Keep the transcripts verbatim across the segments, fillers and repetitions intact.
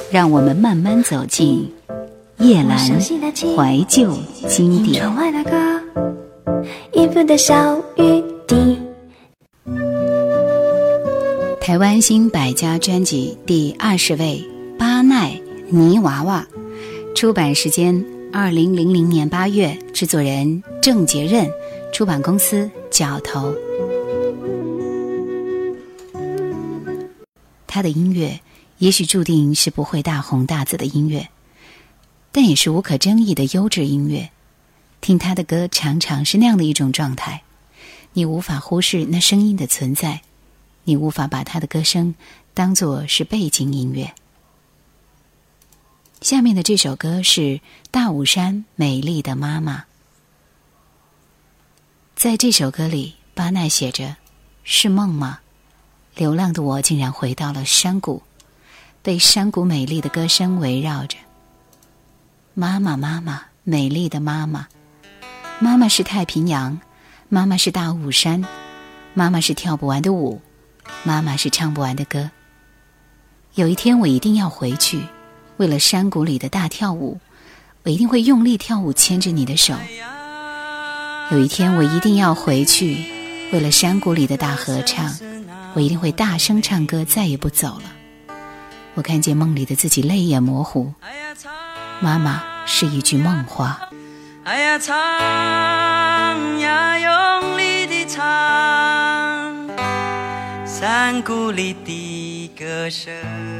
让我们慢慢走进夜阑怀旧经典。台湾新百家专辑第二十位，巴奈泥娃娃，出版时间二零零零年八月，制作人郑杰任，出版公司角头。他的音乐也许注定是不会大红大紫的音乐，但也是无可争议的优质音乐。听他的歌常常是那样的一种状态，你无法忽视那声音的存在，你无法把他的歌声当作是背景音乐。下面的这首歌是大武山美丽的妈妈。在这首歌里，巴奈写着：是梦吗？流浪的我竟然回到了山谷，被山谷美丽的歌声围绕着。妈妈妈妈，美丽的妈妈，妈妈是太平洋，妈妈是大武山，妈妈是跳不完的舞，妈妈是唱不完的歌。有一天我一定要回去，为了山谷里的大跳舞，我一定会用力跳舞，牵着你的手。有一天我一定要回去，为了山谷里的大合唱，我一定会大声唱歌，再也不走了。我看见梦里的自己泪眼模糊，妈妈是一句梦话。 哎呀，唱呀，用力地唱，山谷里的歌声。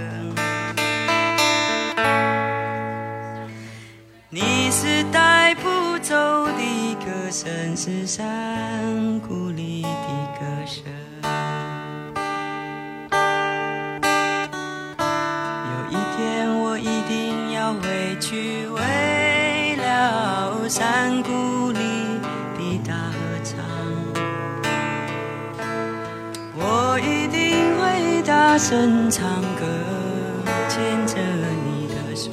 你是带不走的歌声，是山谷里的歌声。有一天我一定要回去，为了山谷里的大合唱，我一定会大声唱歌，牵着你的手。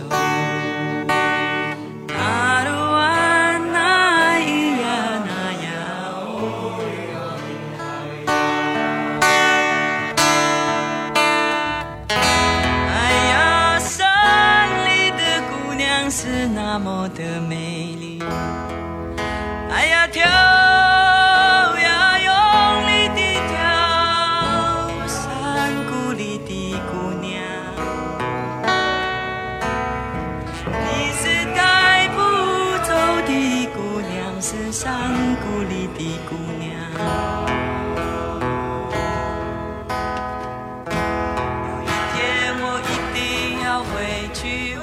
是那么的美丽，哎呀，跳呀，用力地跳，山谷里的姑娘，你是带不走的姑娘，是山谷里的姑娘。有一天我一定要回去，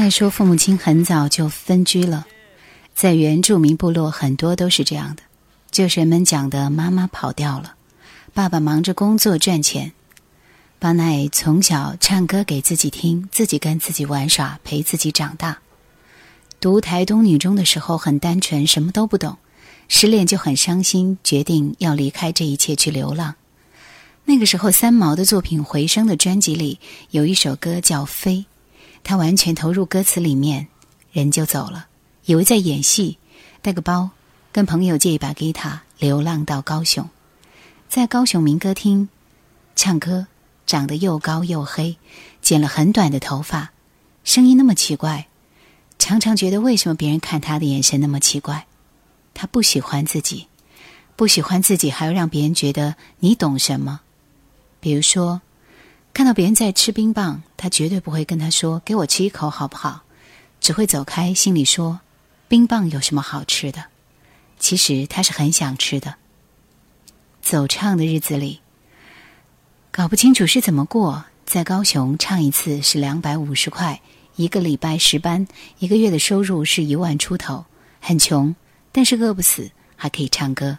奈说父母亲很早就分居了，在原住民部落很多都是这样的，就是人们讲的妈妈跑掉了，爸爸忙着工作赚钱。巴奈从小唱歌给自己听，自己跟自己玩耍，陪自己长大。读台东女中的时候很单纯，什么都不懂，失恋就很伤心，决定要离开这一切去流浪。那个时候三毛的作品《回声》的专辑里有一首歌叫《飞》，他完全投入歌词里面，人就走了，以为在演戏，带个包，跟朋友借一把吉他，流浪到高雄，在高雄民歌厅唱歌，长得又高又黑，剪了很短的头发，声音那么奇怪，常常觉得为什么别人看他的眼神那么奇怪。他不喜欢自己，不喜欢自己还要让别人觉得你懂什么。比如说看到别人在吃冰棒，他绝对不会跟他说给我吃一口好不好，只会走开，心里说冰棒有什么好吃的，其实他是很想吃的。走唱的日子里搞不清楚是怎么过，在高雄唱一次是两百五十块，一个礼拜十班，一个月的收入是一万出头，很穷，但是饿不死，还可以唱歌。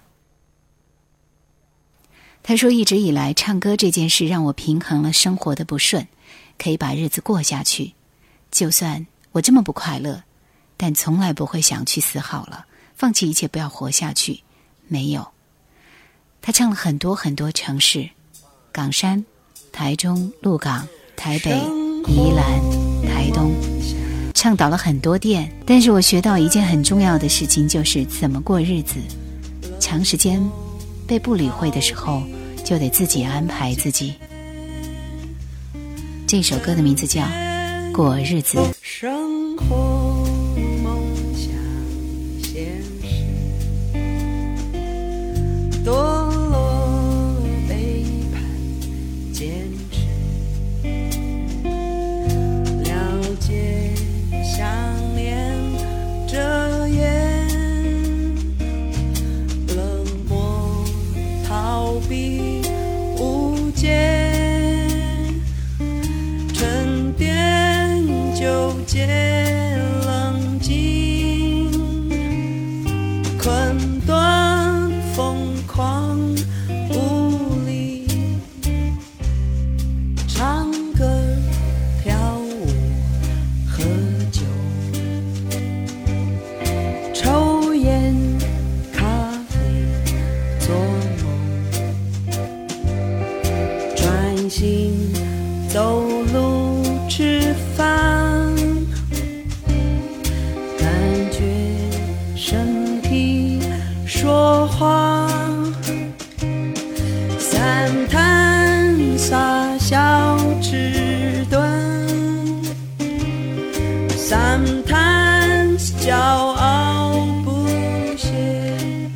他说一直以来唱歌这件事让我平衡了生活的不顺，可以把日子过下去，就算我这么不快乐，但从来不会想去死好了，放弃一切不要活下去，没有。他唱了很多很多城市，港山、台中、鹿港、台北、宜兰、台东，唱倒了很多店。但是我学到一件很重要的事情，就是怎么过日子。长时间被不理会的时候，就得自己安排自己。这首歌的名字叫《过日子》。 生活梦想现实，堕落背叛坚持，了解想念遮掩，冷漠逃避无解，沉淀纠结冷静，困顿疯狂无力，唱歌跳舞喝酒，抽烟咖啡做梦，专心走路吃饭，感觉身体说话，散谈傻笑迟钝， Sometimes 骄傲不屑，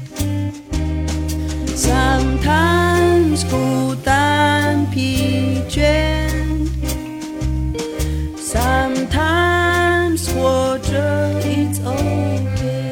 Sometimes 孤单疲倦， Sometimes 活着 It's okay。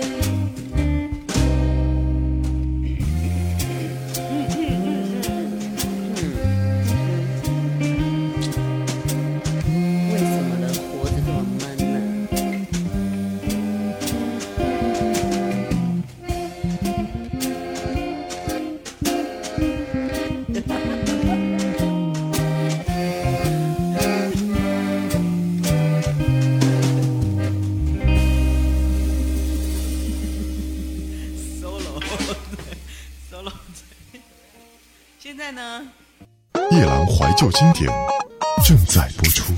为什么人活着这么闷呢？solo， 现在呢？ 夜郎怀旧经典正在播出。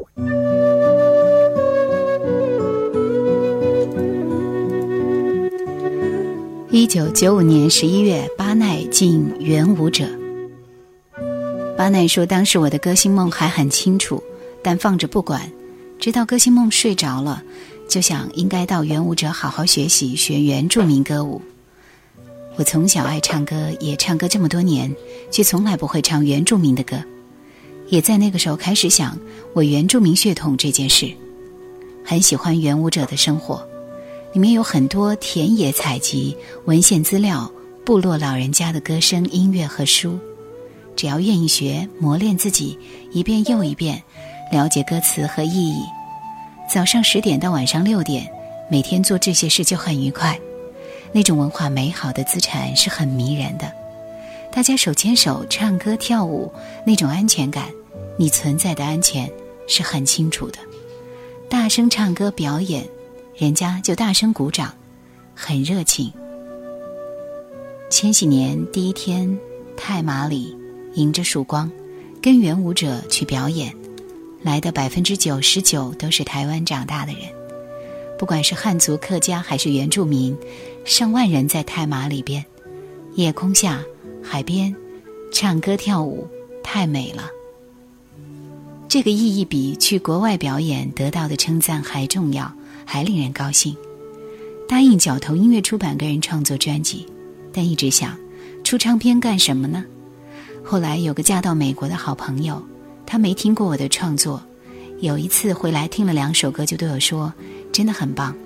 一九九五年十一月，巴奈进原舞者。巴奈说，当时我的歌星梦还很清楚，但放着不管，直到歌星梦睡着了，就想应该到原舞者好好学习，学原住民歌舞。我从小爱唱歌，也唱歌这么多年，却从来不会唱原住民的歌，也在那个时候开始想我原住民血统这件事。很喜欢原舞者的生活，里面有很多田野采集、文献资料、部落老人家的歌声、音乐和书。只要愿意学，磨练自己，一遍又一遍，了解歌词和意义， 早上十点到晚上六点，每天做这些事就很愉快。那种文化美好的资产是很迷人的，大家手牵手唱歌跳舞，那种安全感，你存在的安全是很清楚的。大声唱歌表演，人家就大声鼓掌，很热情。千禧年第一天，太马里迎着曙光，跟原舞者去表演，来的百分之九十九都是台湾长大的人，不管是汉族、客家还是原住民，上万人在太马里边，夜空下，海边，唱歌跳舞，太美了。这个意义比去国外表演得到的称赞还重要，还令人高兴。答应角头音乐出版个人创作专辑，但一直想出唱片干什么呢？后来有个嫁到美国的好朋友，他没听过我的创作，有一次回来听了两首歌就对我说真的很棒。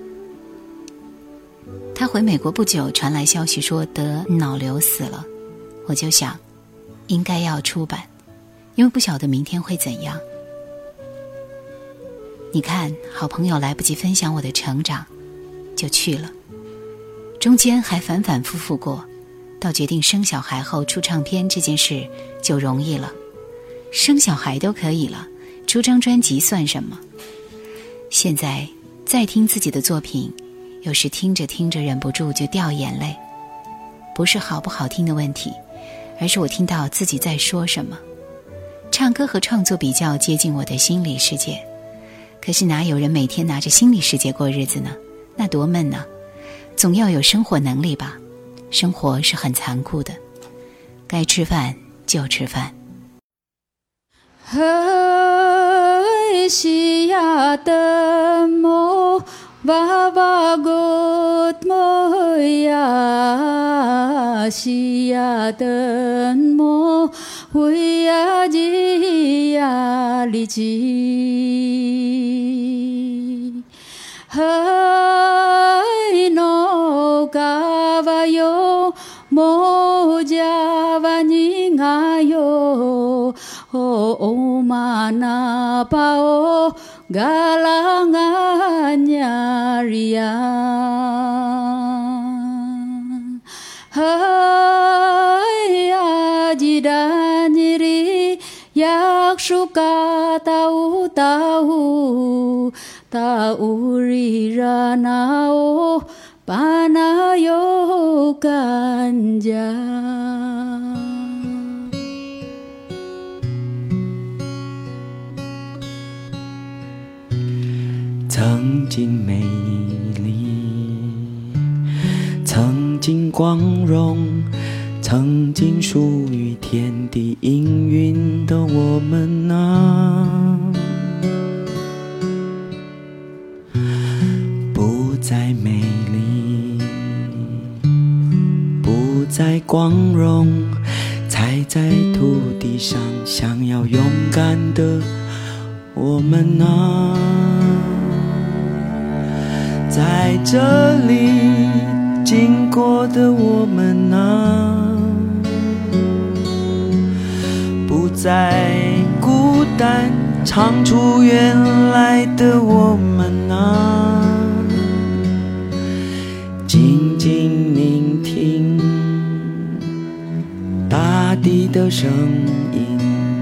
他回美国不久传来消息说得脑瘤死了，我就想应该要出版，因为不晓得明天会怎样。你看，好朋友来不及分享我的成长就去了，中间还反反复复过，到决定生小孩后出唱片这件事就容易了。生小孩都可以了，出张专辑算什么？现在再听自己的作品，有时听着听着忍不住就掉眼泪，不是好不好听的问题，而是我听到自己在说什么。唱歌和创作比较接近我的心理世界，可是哪有人每天拿着心理世界过日子呢？那多闷呢！总要有生活能力吧，生活是很残酷的，该吃饭就吃饭。 嘿，西亚的莫巴巴古莫呀，西亚的莫维亚吉亚里吉。Hai no caballo moja vaningayo o mana pao galangannya riang. Hai aji dan nyiri yak suka tahu-tahu tauri ranao panayo ganja。 曾经美丽，曾经光荣，曾经属于天地氤氲的我们啊，不再美丽，不再光荣，踩在土地上想要勇敢的我们啊，在这里经过的我们啊，不再孤单，唱出原来的我们啊，静静聆听大地的声音，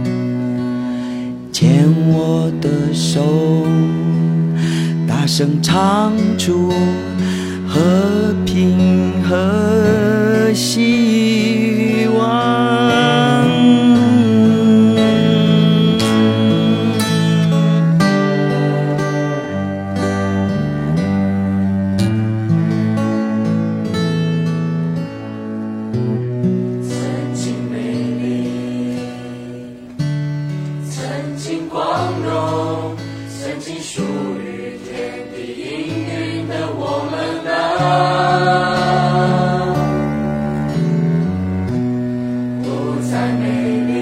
牵我的手，大声唱出和平和希望。 曾经美丽，曾经光荣，曾经属于天地氤氲的我们啊，不再美丽，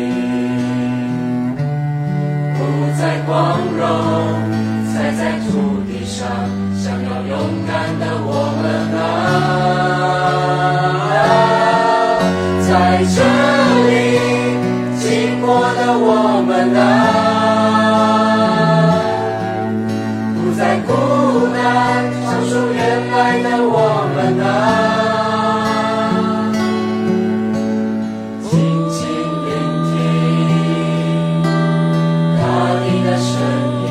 不再光荣，踩在土地上想要勇敢的我们啊，在这里经过的我们啊，不再爱的我们啊，静静聆听大地的声音，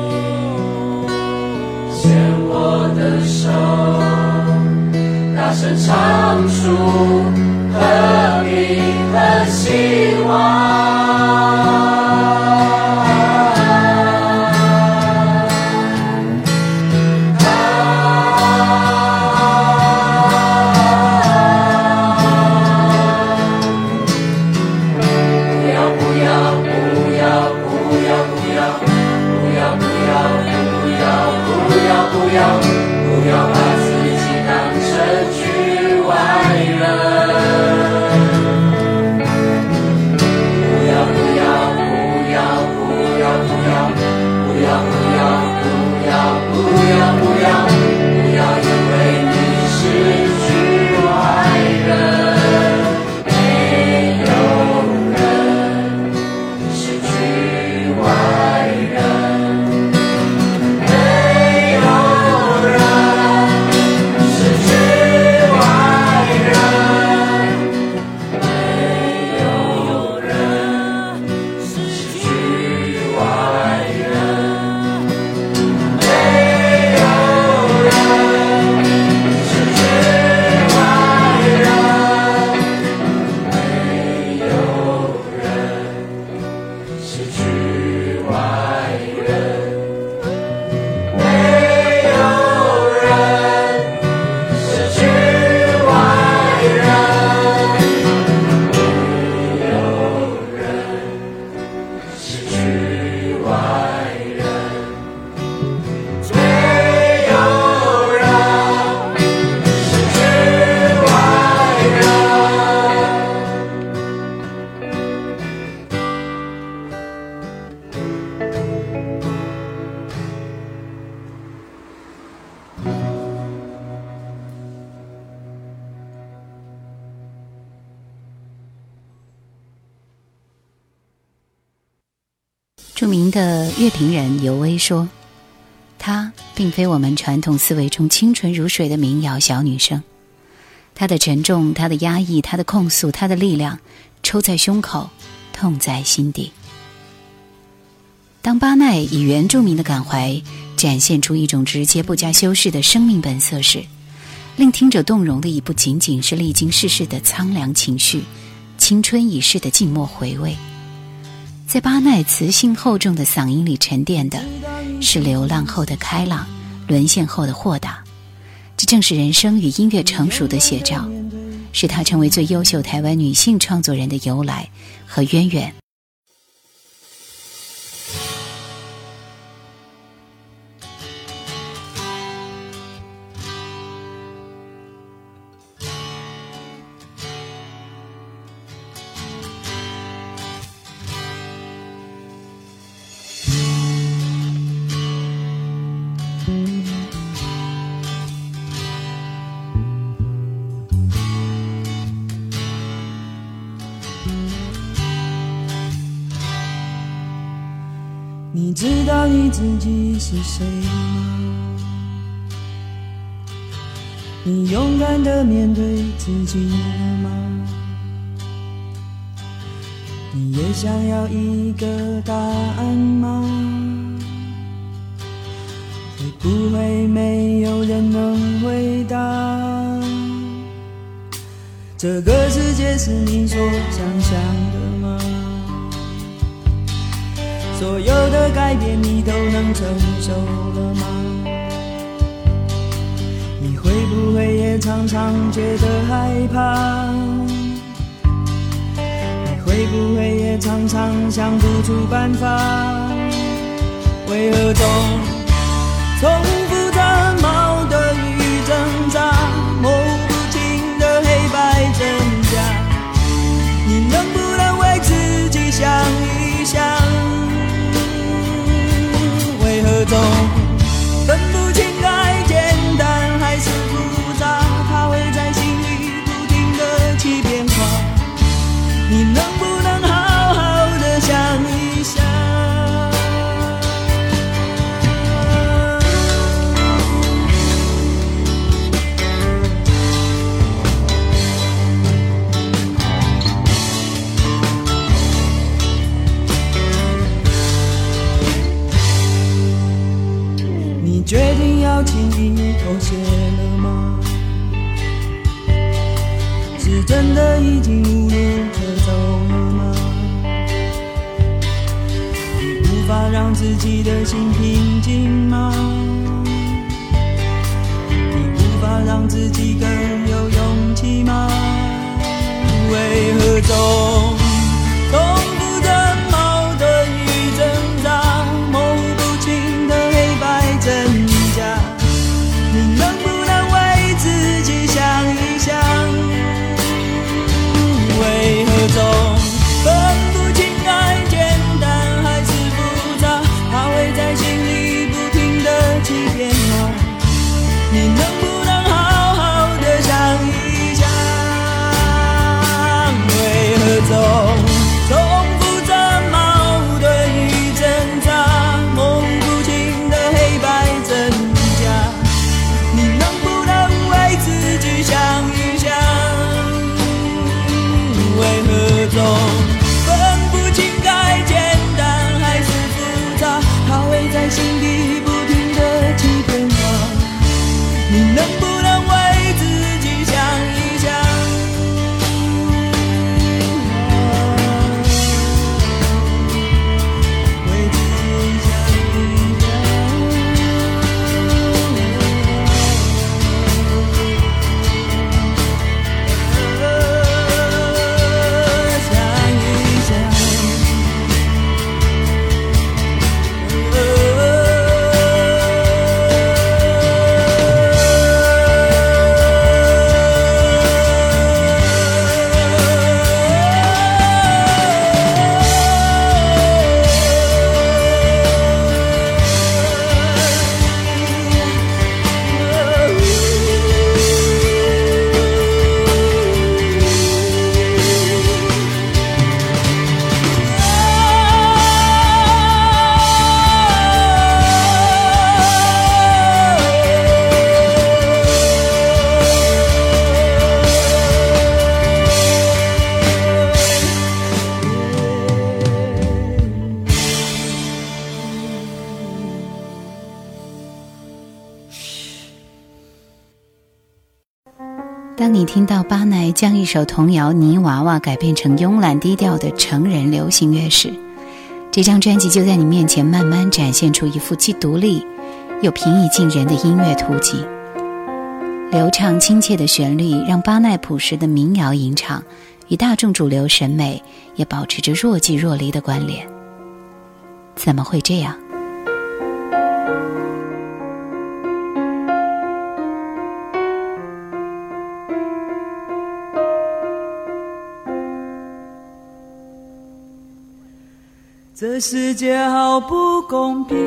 牵我的手，大声唱出和平和希望。 著名的乐评人尤薇说，她并非我们传统思维中清纯如水的民谣小女生，她的沉重，她的压抑，她的控诉，她的力量抽在胸口，痛在心底。当巴奈以原住民的感怀展现出一种直接不加修饰的生命本色时，令听者动容的已不仅仅是历经世事的苍凉情绪，青春已逝的静默回味。在巴奈磁性厚重的嗓音里沉淀的是流浪后的开朗，沦陷后的豁达。这正是人生与音乐成熟的写照，是她成为最优秀台湾女性创作人的由来和渊源。 你知道你自己是谁吗？你勇敢地面对自己了吗？你也想要一个答案吗？会不会没有人能回答？这个世界是你所想象的吗？所有的改变你都能承受了吗？你会不会也常常觉得害怕？你会不会也常常想不出办法？为何总重复着矛盾与挣扎，模糊不清的黑白真假？你能不能为自己想一想？为何总分不清该简单还是复杂？它会在心里不停地起变化。你能不能好好的想一想？ 己的心平静吗？你无法让自己更有勇气吗？为何总重复着矛盾与挣扎，模糊不清的黑白真假？你能不能为自己想一想？为何总分不清爱简单还是复杂？它会在心里不停地欺骗吗？你能不能好好的想一想？为何总重复着矛盾与挣扎，模糊不清的黑白真假？你能不能为自己想一想？为何总分不清该简单还是复杂？它会在心底不停地欺骗吗？你能不能为自己想一想？为自己想一想，想一想。 当你听到巴奈将一首童谣《泥娃娃》改编成慵懒低调的成人流行乐时，这张专辑就在你面前慢慢展现出一幅既独立又平易近人的音乐图景。流畅亲切的旋律让巴奈朴实的民谣吟唱与大众主流审美也保持着若即若离的关联。怎么会这样？ 这世界好不公平，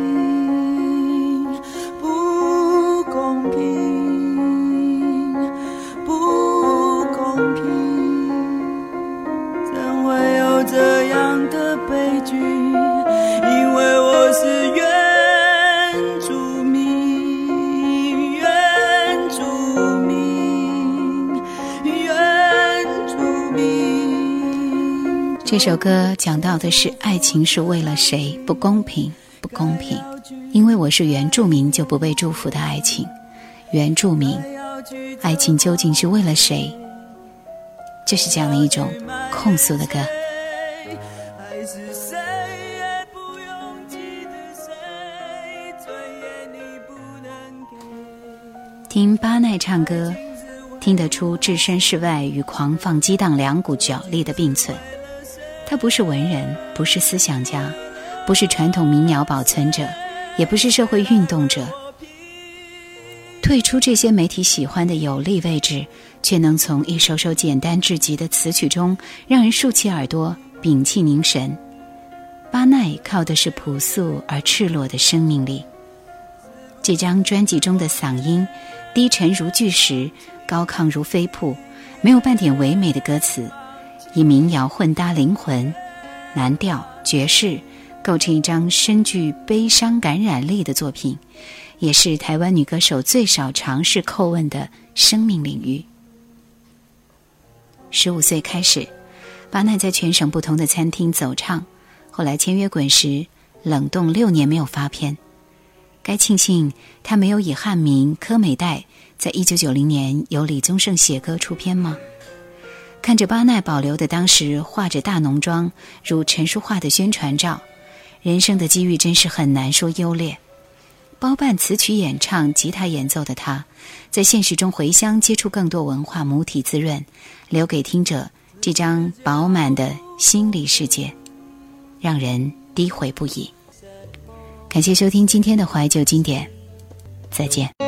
不公平，不公平，怎会有这样的悲剧？因为我是原住民，原住民，原住民。 这首歌讲到的是爱情是为了谁，不公平，不公平。因为我是原住民就不被祝福的爱情，原住民，爱情究竟是为了谁？这是这样的一种控诉的歌。听巴奈唱歌，听得出置身事外与狂放激荡两股角力的并存。他不是文人，不是思想家，不是传统民谣保存者，也不是社会运动者。退出这些媒体喜欢的有利位置，却能从一首首简单至极的词曲中让人竖起耳朵，屏气凝神。巴奈靠的是朴素而赤裸的生命力。这张专辑中的嗓音低沉如巨石，高亢如飞瀑，没有半点唯美的歌词，以民谣混搭灵魂，蓝调爵士构成一张深具悲伤感染力的作品，也是台湾女歌手最少尝试叩问的生命领域。十五岁开始，巴奈在全省不同的餐厅走唱，后来签约滚石，冷冻六年没有发片。该庆幸他没有以汉名柯美代在一九九零年由李宗盛写歌出片吗？看着巴奈保留的当时画着大浓妆如陈淑桦的宣传照， 人生的机遇真是很难说优劣。包办词曲演唱、吉他演奏的他，在现实中回乡，接触更多文化，母体滋润，留给听者这张饱满的心理世界，让人低回不已。感谢收听今天的怀旧经典，再见。